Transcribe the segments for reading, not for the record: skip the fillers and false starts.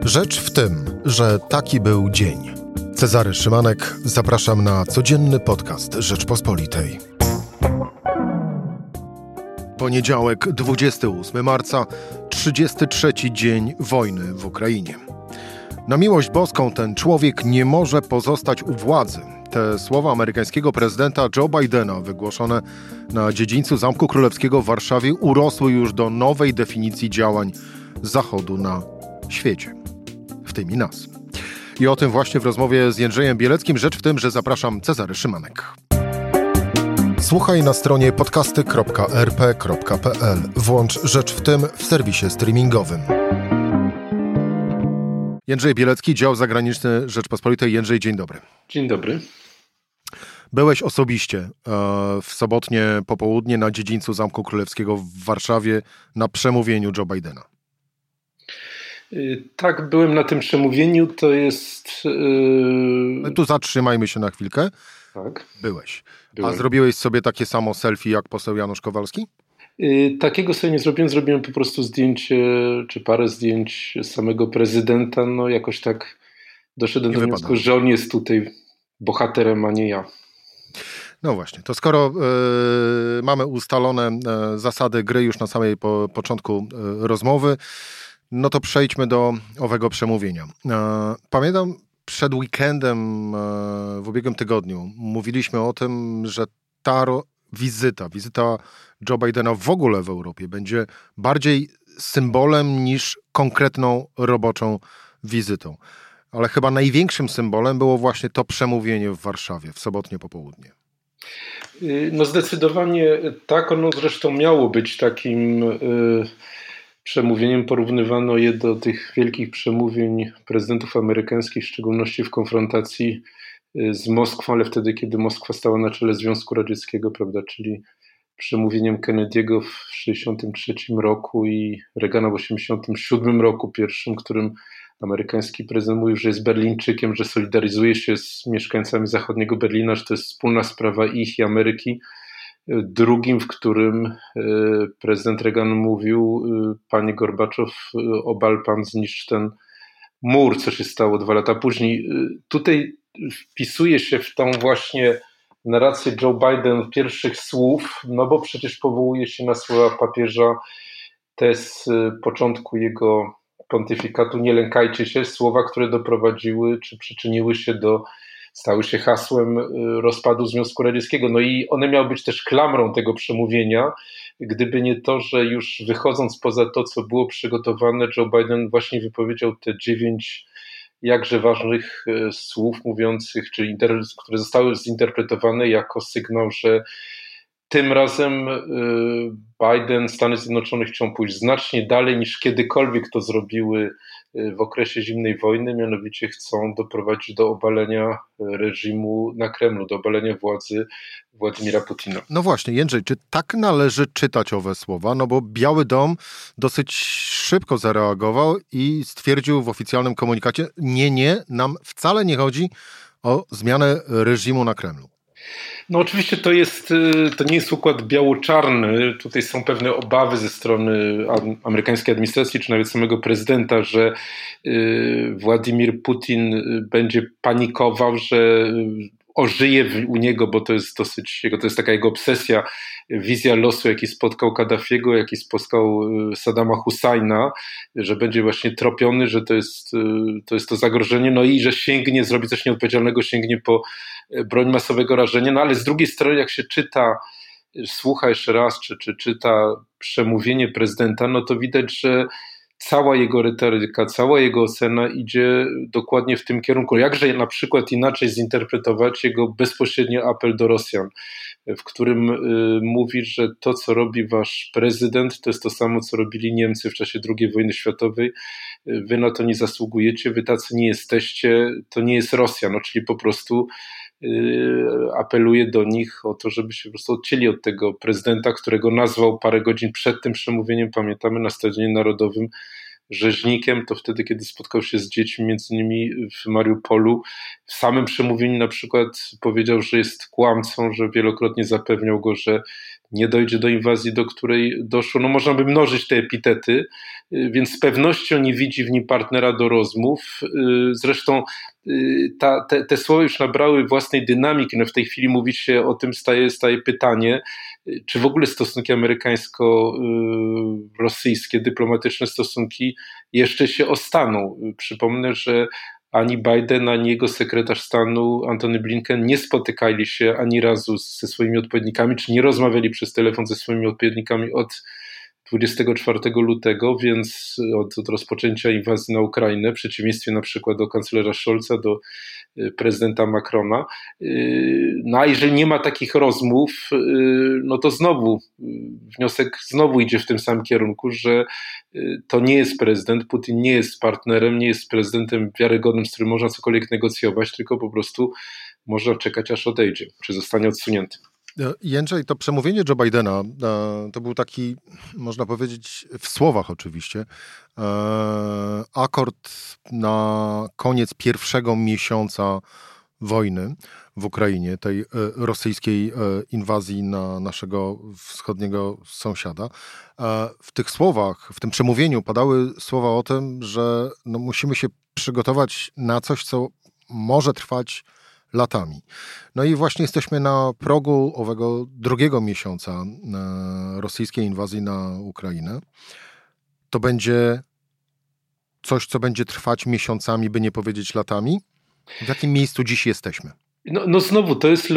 Rzecz w tym, że taki był dzień. Cezary Szymanek, zapraszam na codzienny podcast Rzeczpospolitej. Poniedziałek, 28 marca, 33 dzień wojny w Ukrainie. Na miłość boską ten człowiek nie może pozostać u władzy. Te słowa amerykańskiego prezydenta Joe Bidena, wygłoszone na dziedzińcu Zamku Królewskiego w Warszawie, urosły już do nowej definicji działań Zachodu na świecie, w tym i nas. I o tym właśnie w rozmowie z Jędrzejem Bieleckim. Rzecz w tym, że zapraszam, Cezary Szymanek. Słuchaj na stronie podcasty.rp.pl. Włącz Rzecz w tym w serwisie streamingowym. Jędrzej Bielecki, dział zagraniczny Rzeczpospolitej. Jędrzej, dzień dobry. Dzień dobry. Byłeś osobiście w sobotnie popołudnie na dziedzińcu Zamku Królewskiego w Warszawie na przemówieniu Joe Bidena. Tak, byłem na tym przemówieniu, to jest... Tu zatrzymajmy się na chwilkę. Tak. Byłeś. Byłem. A zrobiłeś sobie takie samo selfie jak poseł Janusz Kowalski? Takiego sobie nie zrobiłem, zrobiłem po prostu zdjęcie, czy parę zdjęć samego prezydenta, no jakoś tak doszedłem do wniosku, że on jest tutaj bohaterem, a nie ja. No właśnie, to skoro mamy ustalone zasady gry już na samej początku rozmowy, no to przejdźmy do owego przemówienia. Pamiętam przed weekendem w ubiegłym tygodniu mówiliśmy o tym, że ta wizyta Joe Bidena w ogóle w Europie będzie bardziej symbolem niż konkretną roboczą wizytą. Ale chyba największym symbolem było właśnie to przemówienie w Warszawie w sobotnie popołudnie. No zdecydowanie tak, ono zresztą miało być takim przemówieniem. Porównywano je do tych wielkich przemówień prezydentów amerykańskich, w szczególności w konfrontacji z Moskwą, ale wtedy, kiedy Moskwa stała na czele Związku Radzieckiego, prawda, czyli przemówieniem Kennedy'ego w 1963 roku i Reagana w 1987 roku, pierwszym, którym amerykański prezydent mówił, że jest Berlińczykiem, że solidaryzuje się z mieszkańcami zachodniego Berlina, że to jest wspólna sprawa ich i Ameryki. Drugim, w którym prezydent Reagan mówił: panie Gorbaczow, obal pan, zniszcz ten mur, co się stało 2 lata później. Tutaj wpisuje się w tą właśnie narrację Joe Biden pierwszych słów, no bo przecież powołuje się na słowa papieża te z początku jego pontyfikatu: nie lękajcie się, słowa, które doprowadziły czy przyczyniły się stały się hasłem rozpadu Związku Radzieckiego. No i one miały być też klamrą tego przemówienia, gdyby nie to, że już wychodząc poza to, co było przygotowane, Joe Biden właśnie wypowiedział te 9 jakże ważnych słów mówiących, które zostały zinterpretowane jako sygnał, że tym razem Biden, Stany Zjednoczone chcą pójść znacznie dalej niż kiedykolwiek to zrobiły w okresie zimnej wojny, mianowicie chcą doprowadzić do obalenia reżimu na Kremlu, do obalenia władzy Władimira Putina. No właśnie, Jędrzej, czy tak należy czytać owe słowa? No bo Biały Dom dosyć szybko zareagował i stwierdził w oficjalnym komunikacie: nie, nam wcale nie chodzi o zmianę reżimu na Kremlu. No oczywiście to nie jest układ biało-czarny. Tutaj są pewne obawy ze strony amerykańskiej administracji, czy nawet samego prezydenta, że Władimir Putin będzie panikował, że ożyje u niego, bo to jest taka jego obsesja, wizja losu, jaki spotkał Kaddafiego, jaki spotkał Saddama Husajna, że będzie właśnie tropiony, że to jest to zagrożenie, no i że zrobi coś nieodpowiedzialnego, sięgnie po broń masowego rażenia. No ale z drugiej strony, jak się słucha jeszcze raz, czy czyta przemówienie prezydenta, no to widać, że cała jego retoryka, cała jego ocena idzie dokładnie w tym kierunku. Jakże na przykład inaczej zinterpretować jego bezpośredni apel do Rosjan, w którym mówi, że to, co robi wasz prezydent, to jest to samo, co robili Niemcy w czasie II wojny światowej. Wy na to nie zasługujecie, wy tacy nie jesteście, to nie jest Rosja. No, czyli po prostu apeluje do nich o to, żeby się po prostu odcięli od tego prezydenta, którego nazwał parę godzin przed tym przemówieniem, pamiętamy, na Stadionie Narodowym, rzeźnikiem, to wtedy, kiedy spotkał się z dziećmi, między innymi w Mariupolu. W samym przemówieniu na przykład powiedział, że jest kłamcą, że wielokrotnie zapewniał go, że nie dojdzie do inwazji, do której doszło. No można by mnożyć te epitety, więc z pewnością nie widzi w nim partnera do rozmów. Zresztą te słowa już nabrały własnej dynamiki. No w tej chwili mówi się o tym, staje pytanie, czy w ogóle stosunki amerykańsko-rosyjskie, dyplomatyczne stosunki jeszcze się ostaną. Przypomnę, że ani Biden, ani jego sekretarz stanu Antony Blinken nie spotykali się ani razu ze swoimi odpowiednikami, czy nie rozmawiali przez telefon ze swoimi odpowiednikami od 24 lutego, więc od rozpoczęcia inwazji na Ukrainę, w przeciwieństwie na przykład do kanclerza Scholza, do prezydenta Macrona. No a jeżeli nie ma takich rozmów, no to znowu wniosek idzie w tym samym kierunku, że to nie jest prezydent, Putin nie jest partnerem, nie jest prezydentem wiarygodnym, z którym można cokolwiek negocjować, tylko po prostu można czekać, aż odejdzie, czy zostanie odsunięty. Jędrzej, to przemówienie Joe Bidena to był taki, można powiedzieć, w słowach oczywiście, akord na koniec pierwszego miesiąca wojny w Ukrainie, tej rosyjskiej inwazji na naszego wschodniego sąsiada. W tych słowach, w tym przemówieniu padały słowa o tym, że no, musimy się przygotować na coś, co może trwać latami. No i właśnie jesteśmy na progu owego drugiego miesiąca rosyjskiej inwazji na Ukrainę. To będzie coś, co będzie trwać miesiącami, by nie powiedzieć latami. W jakim miejscu dziś jesteśmy? No znowu, to jest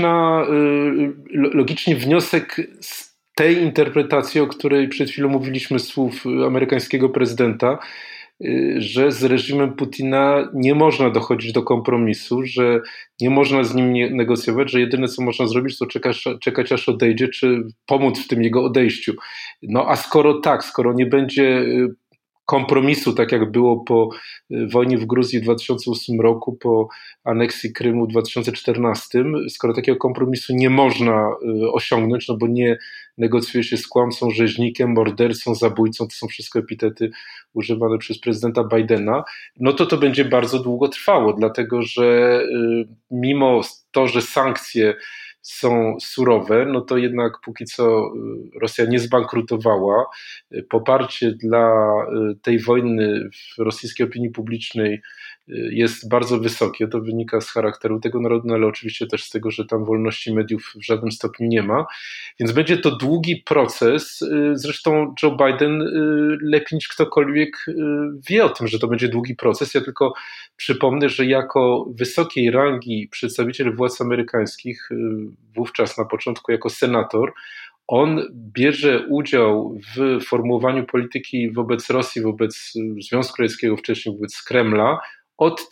logicznie wniosek z tej interpretacji, o której przed chwilą mówiliśmy, słów amerykańskiego prezydenta, że z reżimem Putina nie można dochodzić do kompromisu, że nie można z nim negocjować, że jedyne co można zrobić to czekać aż odejdzie, czy pomóc w tym jego odejściu. No a skoro nie będzie kompromisu, tak jak było po wojnie w Gruzji w 2008 roku, po aneksji Krymu w 2014, skoro takiego kompromisu nie można osiągnąć, no bo nie negocjuje się z kłamcą, rzeźnikiem, mordercą, zabójcą, to są wszystko epitety używane przez prezydenta Bidena, no to będzie bardzo długo trwało, dlatego że mimo to, że sankcje są surowe, no to jednak póki co Rosja nie zbankrutowała. Poparcie dla tej wojny w rosyjskiej opinii publicznej jest bardzo wysokie. To wynika z charakteru tego narodu, no ale oczywiście też z tego, że tam wolności mediów w żadnym stopniu nie ma. Więc będzie to długi proces. Zresztą Joe Biden lepiej niż ktokolwiek wie o tym, że to będzie długi proces. Ja tylko przypomnę, że jako wysokiej rangi przedstawiciel władz amerykańskich, wówczas na początku jako senator, on bierze udział w formułowaniu polityki wobec Rosji, wobec Związku Radzieckiego, wcześniej wobec Kremla od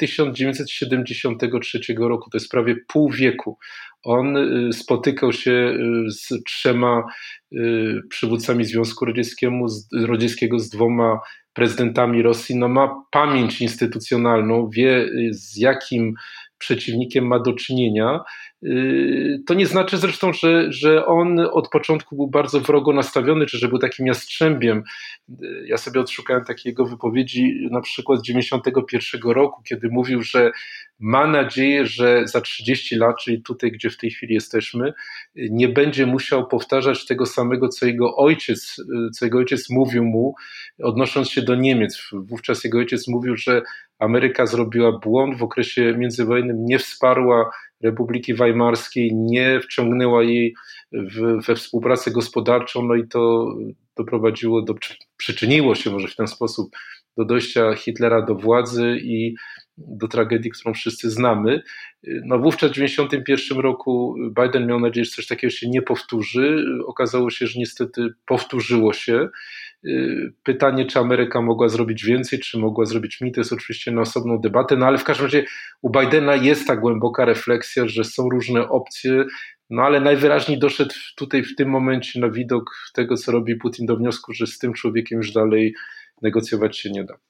1973 roku, to jest prawie pół wieku. On spotykał się z 3 przywódcami Związku Radzieckiego, z 2 prezydentami Rosji, no ma pamięć instytucjonalną, wie z jakim przeciwnikiem ma do czynienia. To nie znaczy zresztą, że on od początku był bardzo wrogo nastawiony, czy że był takim jastrzębiem. Ja sobie odszukałem takiej jego wypowiedzi na przykład z 1991 roku, kiedy mówił, że ma nadzieję, że za 30 lat, czyli tutaj, gdzie w tej chwili jesteśmy, nie będzie musiał powtarzać tego samego, co jego ojciec mówił mu, odnosząc się do Niemiec. Wówczas jego ojciec mówił, że Ameryka zrobiła błąd w okresie międzywojennym, nie wsparła Republiki Weimarskiej, nie wciągnęła jej we współpracę gospodarczą, no i to doprowadziło przyczyniło się może w ten sposób do dojścia Hitlera do władzy i do tragedii, którą wszyscy znamy. No wówczas w 1991 roku Biden miał nadzieję, że coś takiego się nie powtórzy. Okazało się, że niestety powtórzyło się. Pytanie, czy Ameryka mogła zrobić więcej, czy mogła zrobić mniej, to jest oczywiście na osobną debatę, no ale w każdym razie u Bidena jest ta głęboka refleksja, że są różne opcje, no ale najwyraźniej doszedł tutaj w tym momencie na widok tego, co robi Putin, do wniosku, że z tym człowiekiem już dalej negocjować się nie da.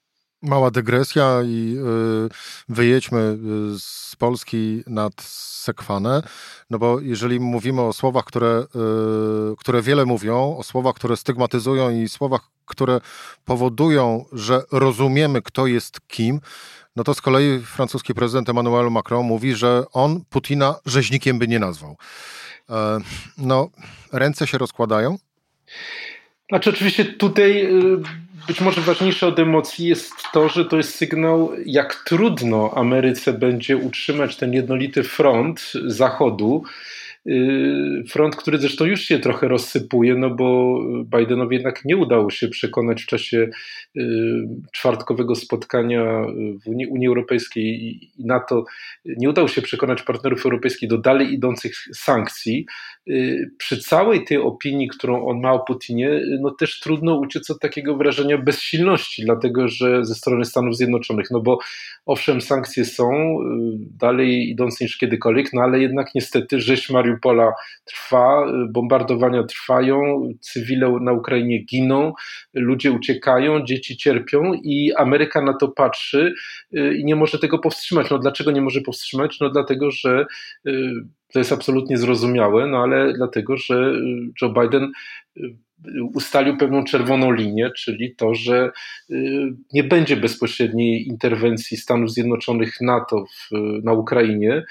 Mała dygresja i wyjedźmy z Polski nad Sekwanę, no bo jeżeli mówimy o słowach, które wiele mówią, o słowach, które stygmatyzują i słowach, które powodują, że rozumiemy, kto jest kim, no to z kolei francuski prezydent Emmanuel Macron mówi, że on Putina rzeźnikiem by nie nazwał. No, ręce się rozkładają? Znaczy oczywiście tutaj być może ważniejsze od emocji jest to, że to jest sygnał, jak trudno Ameryce będzie utrzymać ten jednolity front Zachodu. Front, który zresztą już się trochę rozsypuje, no bo Bidenowi jednak nie udało się przekonać w czasie czwartkowego spotkania w Unii Europejskiej i NATO, nie udało się przekonać partnerów europejskich do dalej idących sankcji. Przy całej tej opinii, którą on ma o Putinie, no też trudno uciec od takiego wrażenia bezsilności, dlatego że ze strony Stanów Zjednoczonych, no bo owszem, sankcje są dalej idące niż kiedykolwiek, no ale jednak niestety rzeź Mariupola trwa, bombardowania trwają, cywile na Ukrainie giną, ludzie uciekają, dzieci cierpią i Ameryka na to patrzy i nie może tego powstrzymać. No dlaczego nie może powstrzymać? No dlatego, że to jest absolutnie zrozumiałe, no ale dlatego, że Joe Biden ustalił pewną czerwoną linię, czyli to, że nie będzie bezpośredniej interwencji Stanów Zjednoczonych NATO na Ukrainie,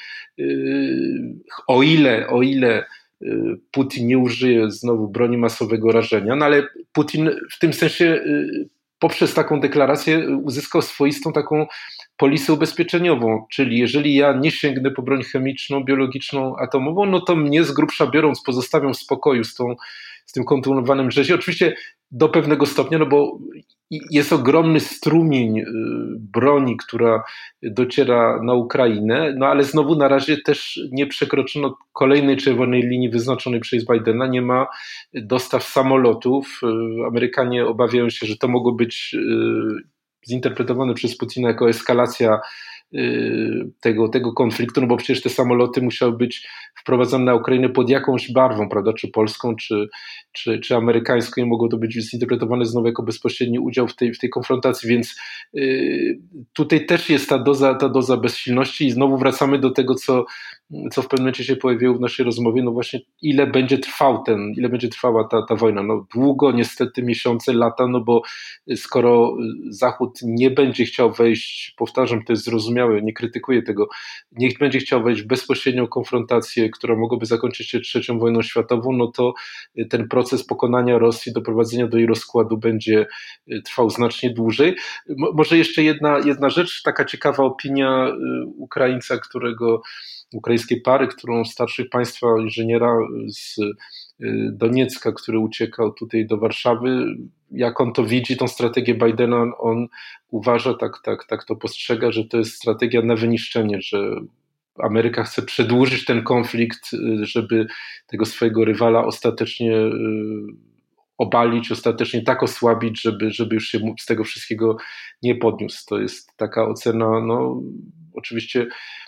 o ile Putin nie użyje znowu broni masowego rażenia, no ale Putin w tym sensie poprzez taką deklarację uzyskał swoistą taką polisę ubezpieczeniową, czyli jeżeli ja nie sięgnę po broń chemiczną, biologiczną, atomową, no to mnie z grubsza biorąc pozostawią w spokoju z tym kontynuowanym rzezie. Oczywiście do pewnego stopnia, no bo jest ogromny strumień broni, która dociera na Ukrainę, no ale znowu na razie też nie przekroczono kolejnej czerwonej linii wyznaczonej przez Bidena, nie ma dostaw samolotów. Amerykanie obawiają się, że to mogło być zinterpretowane przez Putina jako eskalacja tego konfliktu, no bo przecież te samoloty musiały być wprowadzone na Ukrainę pod jakąś barwą, prawda, czy polską, czy amerykańską i mogło to być zinterpretowane znowu jako bezpośredni udział w tej konfrontacji, więc tutaj też jest ta doza bezsilności i znowu wracamy do tego, co w pewnym momencie się pojawiło w naszej rozmowie, no właśnie ile będzie trwała ta wojna, no długo, niestety miesiące, lata, no bo skoro Zachód nie będzie chciał wejść, powtarzam, to jest zrozumiałe, nie krytykuję tego, nie będzie chciał wejść w bezpośrednią konfrontację, która mogłaby zakończyć się III wojną światową, no to ten proces pokonania Rosji, doprowadzenia do jej rozkładu będzie trwał znacznie dłużej. Może jeszcze jedna rzecz, taka ciekawa opinia Ukraińca, ukraińskiej pary, którą starszych państwa inżyniera z Doniecka, który uciekał tutaj do Warszawy, jak on to widzi, tą strategię Bidena, on uważa, tak to postrzega, że to jest strategia na wyniszczenie, że Ameryka chce przedłużyć ten konflikt, żeby tego swojego rywala ostatecznie obalić, ostatecznie tak osłabić, żeby już się z tego wszystkiego nie podniósł. To jest taka ocena, no oczywiście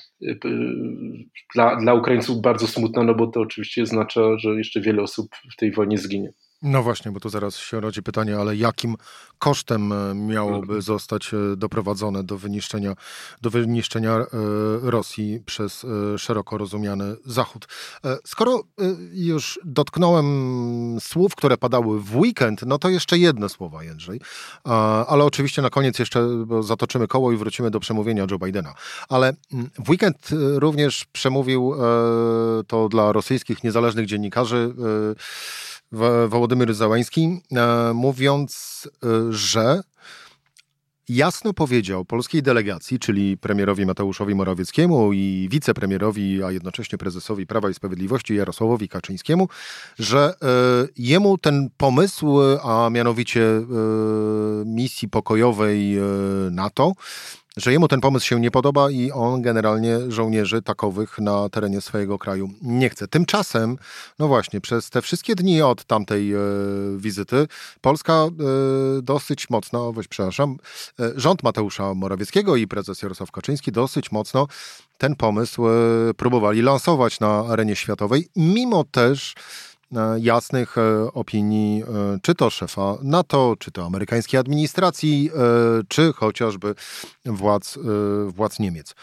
dla Ukraińców bardzo smutna, no bo to oczywiście oznacza, że jeszcze wiele osób w tej wojnie zginie. No właśnie, bo tu zaraz się rodzi pytanie, ale jakim kosztem miałoby zostać doprowadzone do wyniszczenia Rosji przez szeroko rozumiany Zachód? Skoro już dotknąłem słów, które padały w weekend, no to jeszcze jedne słowa, Jędrzej. Ale oczywiście na koniec jeszcze zatoczymy koło i wrócimy do przemówienia Joe Bidena. Ale w weekend również przemówił to dla rosyjskich niezależnych dziennikarzy Wołodymyr Zełański, mówiąc, że jasno powiedział polskiej delegacji, czyli premierowi Mateuszowi Morawieckiemu i wicepremierowi, a jednocześnie prezesowi Prawa i Sprawiedliwości Jarosławowi Kaczyńskiemu, że jemu ten pomysł, a mianowicie misji pokojowej NATO, że jemu ten pomysł się nie podoba i on generalnie żołnierzy takowych na terenie swojego kraju nie chce. Tymczasem, no właśnie, przez te wszystkie dni od tamtej wizyty Polska dosyć mocno, rząd Mateusza Morawieckiego i prezes Jarosław Kaczyński dosyć mocno ten pomysł próbowali lansować na arenie światowej, mimo też jasnych opinii, czy to szefa NATO, czy to amerykańskiej administracji, czy chociażby władz Niemiec.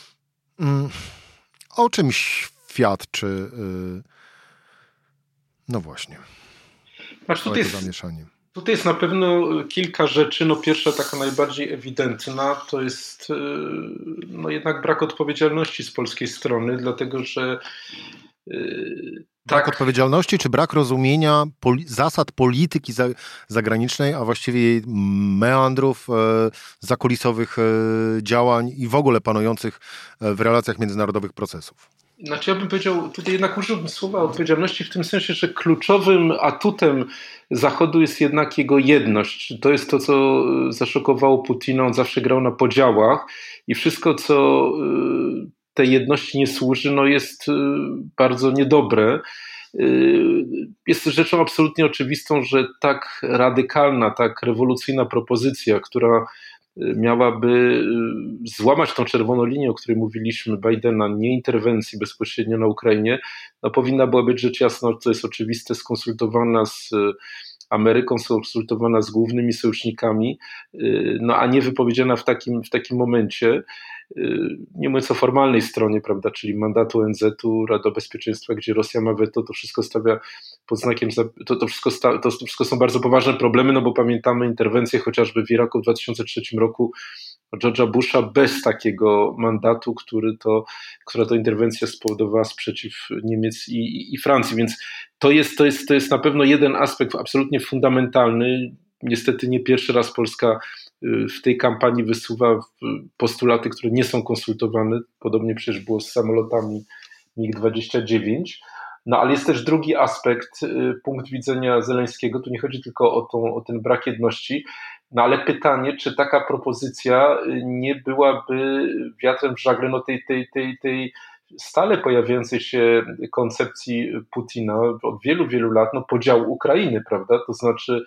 O czym świadczy, no właśnie, to zamieszanie? Tutaj jest na pewno kilka rzeczy. No pierwsza, taka najbardziej ewidentna, to jest jednak brak odpowiedzialności z polskiej strony, dlatego że brak odpowiedzialności, czy brak rozumienia zasad polityki zagranicznej, a właściwie jej meandrów, zakulisowych działań i w ogóle panujących w relacjach międzynarodowych procesów? Znaczy ja bym powiedział, tutaj jednak użyłbym słowa odpowiedzialności w tym sensie, że kluczowym atutem Zachodu jest jednak jego jedność. To jest to, co zaszokowało Putina. On zawsze grał na podziałach i wszystko, co tej jedności nie służy, jest bardzo niedobre. Jest rzeczą absolutnie oczywistą, że tak radykalna, tak rewolucyjna propozycja, która miałaby złamać tą czerwoną linię, o której mówiliśmy, Bidena, nie interwencji bezpośrednio na Ukrainie, powinna była być rzecz jasna, co jest oczywiste, skonsultowana z Ameryką, skonsultowana z głównymi sojusznikami, a nie wypowiedziana w takim momencie, nie mówiąc o formalnej stronie, prawda, czyli mandatu ONZ-u, Rada Bezpieczeństwa, gdzie Rosja ma weto, to wszystko stawia pod znakiem, to wszystko są bardzo poważne problemy, bo pamiętamy interwencję chociażby w Iraku w 2003 roku George'a Busha bez takiego mandatu, która to interwencja spowodowała sprzeciw Niemiec i Francji, więc to jest na pewno jeden aspekt absolutnie fundamentalny. Niestety nie pierwszy raz Polska w tej kampanii wysuwa postulaty, które nie są konsultowane. Podobnie przecież było z samolotami MiG-29. Ale jest też drugi aspekt, punkt widzenia Zeleńskiego. Tu nie chodzi tylko o ten brak jedności, ale pytanie, czy taka propozycja nie byłaby wiatrem w żagle tej stale pojawiającej się koncepcji Putina od wielu, wielu lat, podziału Ukrainy, prawda? To znaczy,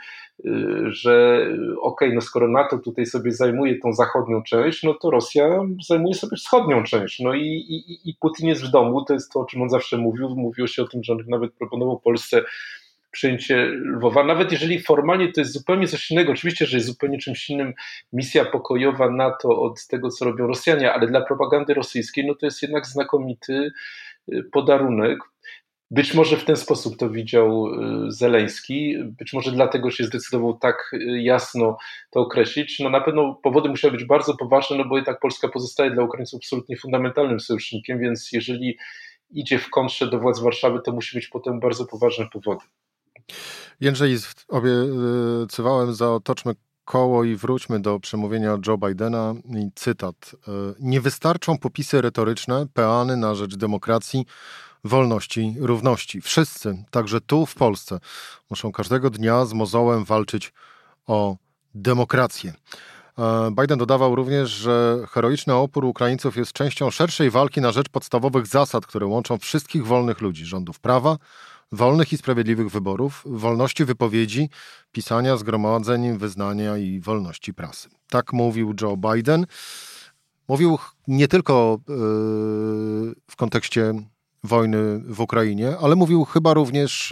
że skoro NATO tutaj sobie zajmuje tą zachodnią część, to Rosja zajmuje sobie wschodnią część. I Putin jest w domu, to jest to, o czym on zawsze mówił. Mówiło się o tym, że on nawet proponował Polsce przyjęcie Lwowa, nawet jeżeli formalnie to jest zupełnie coś innego, oczywiście, że jest zupełnie czymś innym misja pokojowa NATO od tego, co robią Rosjanie, ale dla propagandy rosyjskiej, to jest jednak znakomity podarunek. Być może w ten sposób to widział Zeleński, być może dlatego się zdecydował tak jasno to określić. Na pewno powody musiały być bardzo poważne, bo jednak Polska pozostaje dla Ukraińców absolutnie fundamentalnym sojusznikiem, więc jeżeli idzie w kontrze do władz Warszawy, to musi być potem bardzo poważne powody. Jędrzej, obiecywałem, zaotoczmy koło i wróćmy do przemówienia Joe Bidena. I cytat. Nie wystarczą popisy retoryczne, peany na rzecz demokracji, wolności, równości. Wszyscy, także tu w Polsce, muszą każdego dnia z mozołem walczyć o demokrację. Biden dodawał również, że heroiczny opór Ukraińców jest częścią szerszej walki na rzecz podstawowych zasad, które łączą wszystkich wolnych ludzi, rządów prawa, wolnych i sprawiedliwych wyborów, wolności wypowiedzi, pisania, zgromadzeń, wyznania i wolności prasy. Tak mówił Joe Biden. Mówił nie tylko w kontekście wojny w Ukrainie, ale mówił chyba również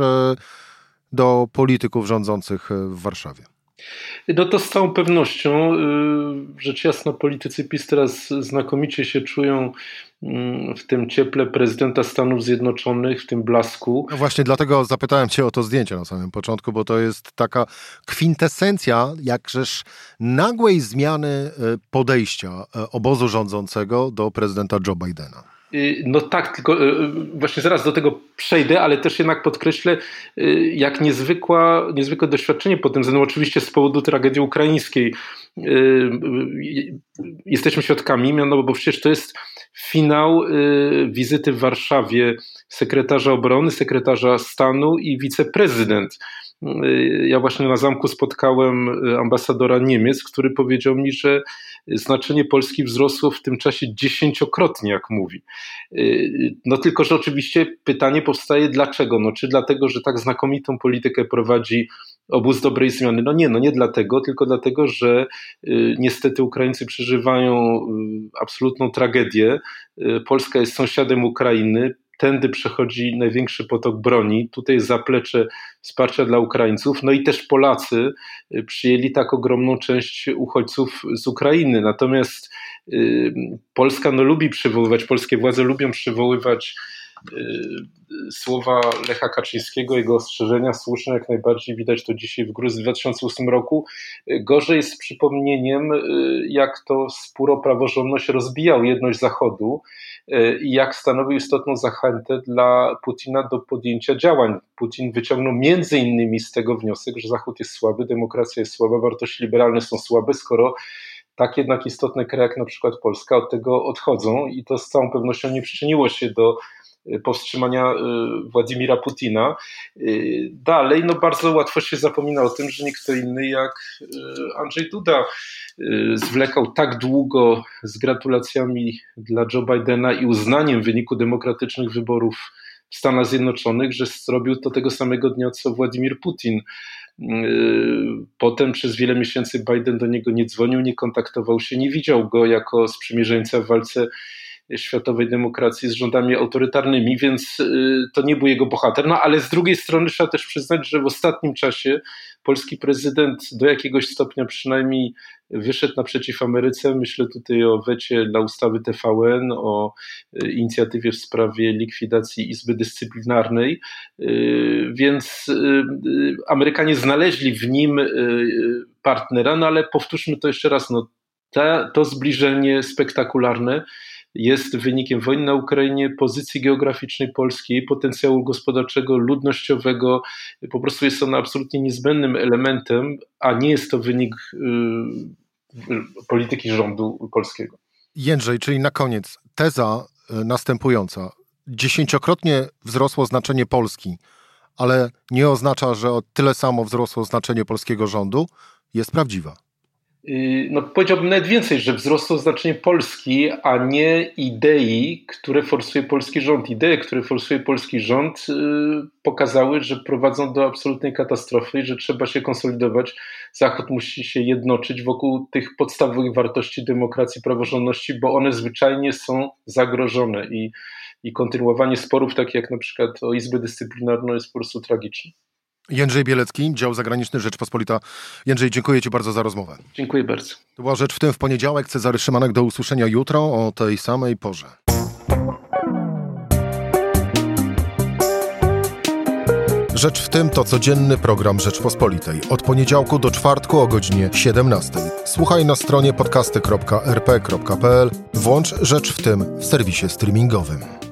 do polityków rządzących w Warszawie. To z całą pewnością. Rzecz jasna, politycy PiS teraz znakomicie się czują w tym cieple prezydenta Stanów Zjednoczonych, w tym blasku. No właśnie dlatego zapytałem cię o to zdjęcie na samym początku, bo to jest taka kwintesencja jakżeż nagłej zmiany podejścia obozu rządzącego do prezydenta Joe Bidena. Tak, tylko właśnie zaraz do tego przejdę, ale też jednak podkreślę, jak niezwykłe doświadczenie pod tym względem, oczywiście z powodu tragedii ukraińskiej jesteśmy świadkami, bo przecież to jest finał wizyty w Warszawie sekretarza obrony, sekretarza stanu i wiceprezydent. Ja właśnie na zamku spotkałem ambasadora Niemiec, który powiedział mi, że znaczenie Polski wzrosło w tym czasie 10-krotnie, jak mówi. Tylko że oczywiście pytanie powstaje dlaczego? Czy dlatego, że tak znakomitą politykę prowadzi obóz dobrej zmiany? Nie dlatego, tylko dlatego, że niestety Ukraińcy przeżywają absolutną tragedię. Polska jest sąsiadem Ukrainy. tędy przechodzi największy potok broni, tutaj jest zaplecze wsparcia dla Ukraińców, no i też Polacy przyjęli tak ogromną część uchodźców z Ukrainy. Natomiast Polska lubi przywoływać, polskie władze lubią przywoływać słowa Lecha Kaczyńskiego, jego ostrzeżenia słuszne, jak najbardziej widać to dzisiaj w Gruzji w 2008 roku. Gorzej jest z przypomnieniem, jak to spór o praworządność rozbijał jedność Zachodu i jak stanowił istotną zachętę dla Putina do podjęcia działań. Putin wyciągnął między innymi z tego wniosek, że Zachód jest słaby, demokracja jest słaba, wartości liberalne są słabe, skoro tak jednak istotne kraje jak na przykład Polska od tego odchodzą i to z całą pewnością nie przyczyniło się do powstrzymania Władimira Putina. Dalej, bardzo łatwo się zapomina o tym, że nie kto inny jak Andrzej Duda zwlekał tak długo z gratulacjami dla Joe Bidena i uznaniem wyniku demokratycznych wyborów w Stanach Zjednoczonych, że zrobił to tego samego dnia co Władimir Putin. Potem przez wiele miesięcy Biden do niego nie dzwonił, nie kontaktował się, nie widział go jako sprzymierzeńca w walce światowej demokracji z rządami autorytarnymi, więc to nie był jego bohater. Ale z drugiej strony trzeba też przyznać, że w ostatnim czasie polski prezydent do jakiegoś stopnia przynajmniej wyszedł naprzeciw Ameryce. Myślę tutaj o wecie dla ustawy TVN, o inicjatywie w sprawie likwidacji Izby Dyscyplinarnej, więc Amerykanie znaleźli w nim partnera, ale powtórzmy to jeszcze raz, to zbliżenie spektakularne jest wynikiem wojny na Ukrainie, pozycji geograficznej Polski, jej potencjału gospodarczego, ludnościowego. Po prostu jest ono absolutnie niezbędnym elementem, a nie jest to wynik polityki rządu polskiego. Jędrzej, czyli na koniec teza następująca. 10-krotnie wzrosło znaczenie Polski, ale nie oznacza, że o tyle samo wzrosło znaczenie polskiego rządu, jest prawdziwa. Powiedziałbym nawet więcej, że wzrosło znaczenie Polski, a nie idei, które forsuje polski rząd. Idee, które forsuje polski rząd, pokazały, że prowadzą do absolutnej katastrofy i że trzeba się konsolidować. Zachód musi się jednoczyć wokół tych podstawowych wartości demokracji, praworządności, bo one zwyczajnie są zagrożone i kontynuowanie sporów, takich jak na przykład o Izbę Dyscyplinarną, jest po prostu tragiczne. Jędrzej Bielecki, Dział Zagraniczny Rzeczpospolita. Jędrzej, dziękuję Ci bardzo za rozmowę. Dziękuję bardzo. To była Rzecz w tym w poniedziałek. Cezary Szymanek, do usłyszenia jutro o tej samej porze. Rzecz w tym to codzienny program Rzeczpospolitej. Od poniedziałku do czwartku o godzinie 17. Słuchaj na stronie podcasty.rp.pl. Włącz Rzecz w tym w serwisie streamingowym.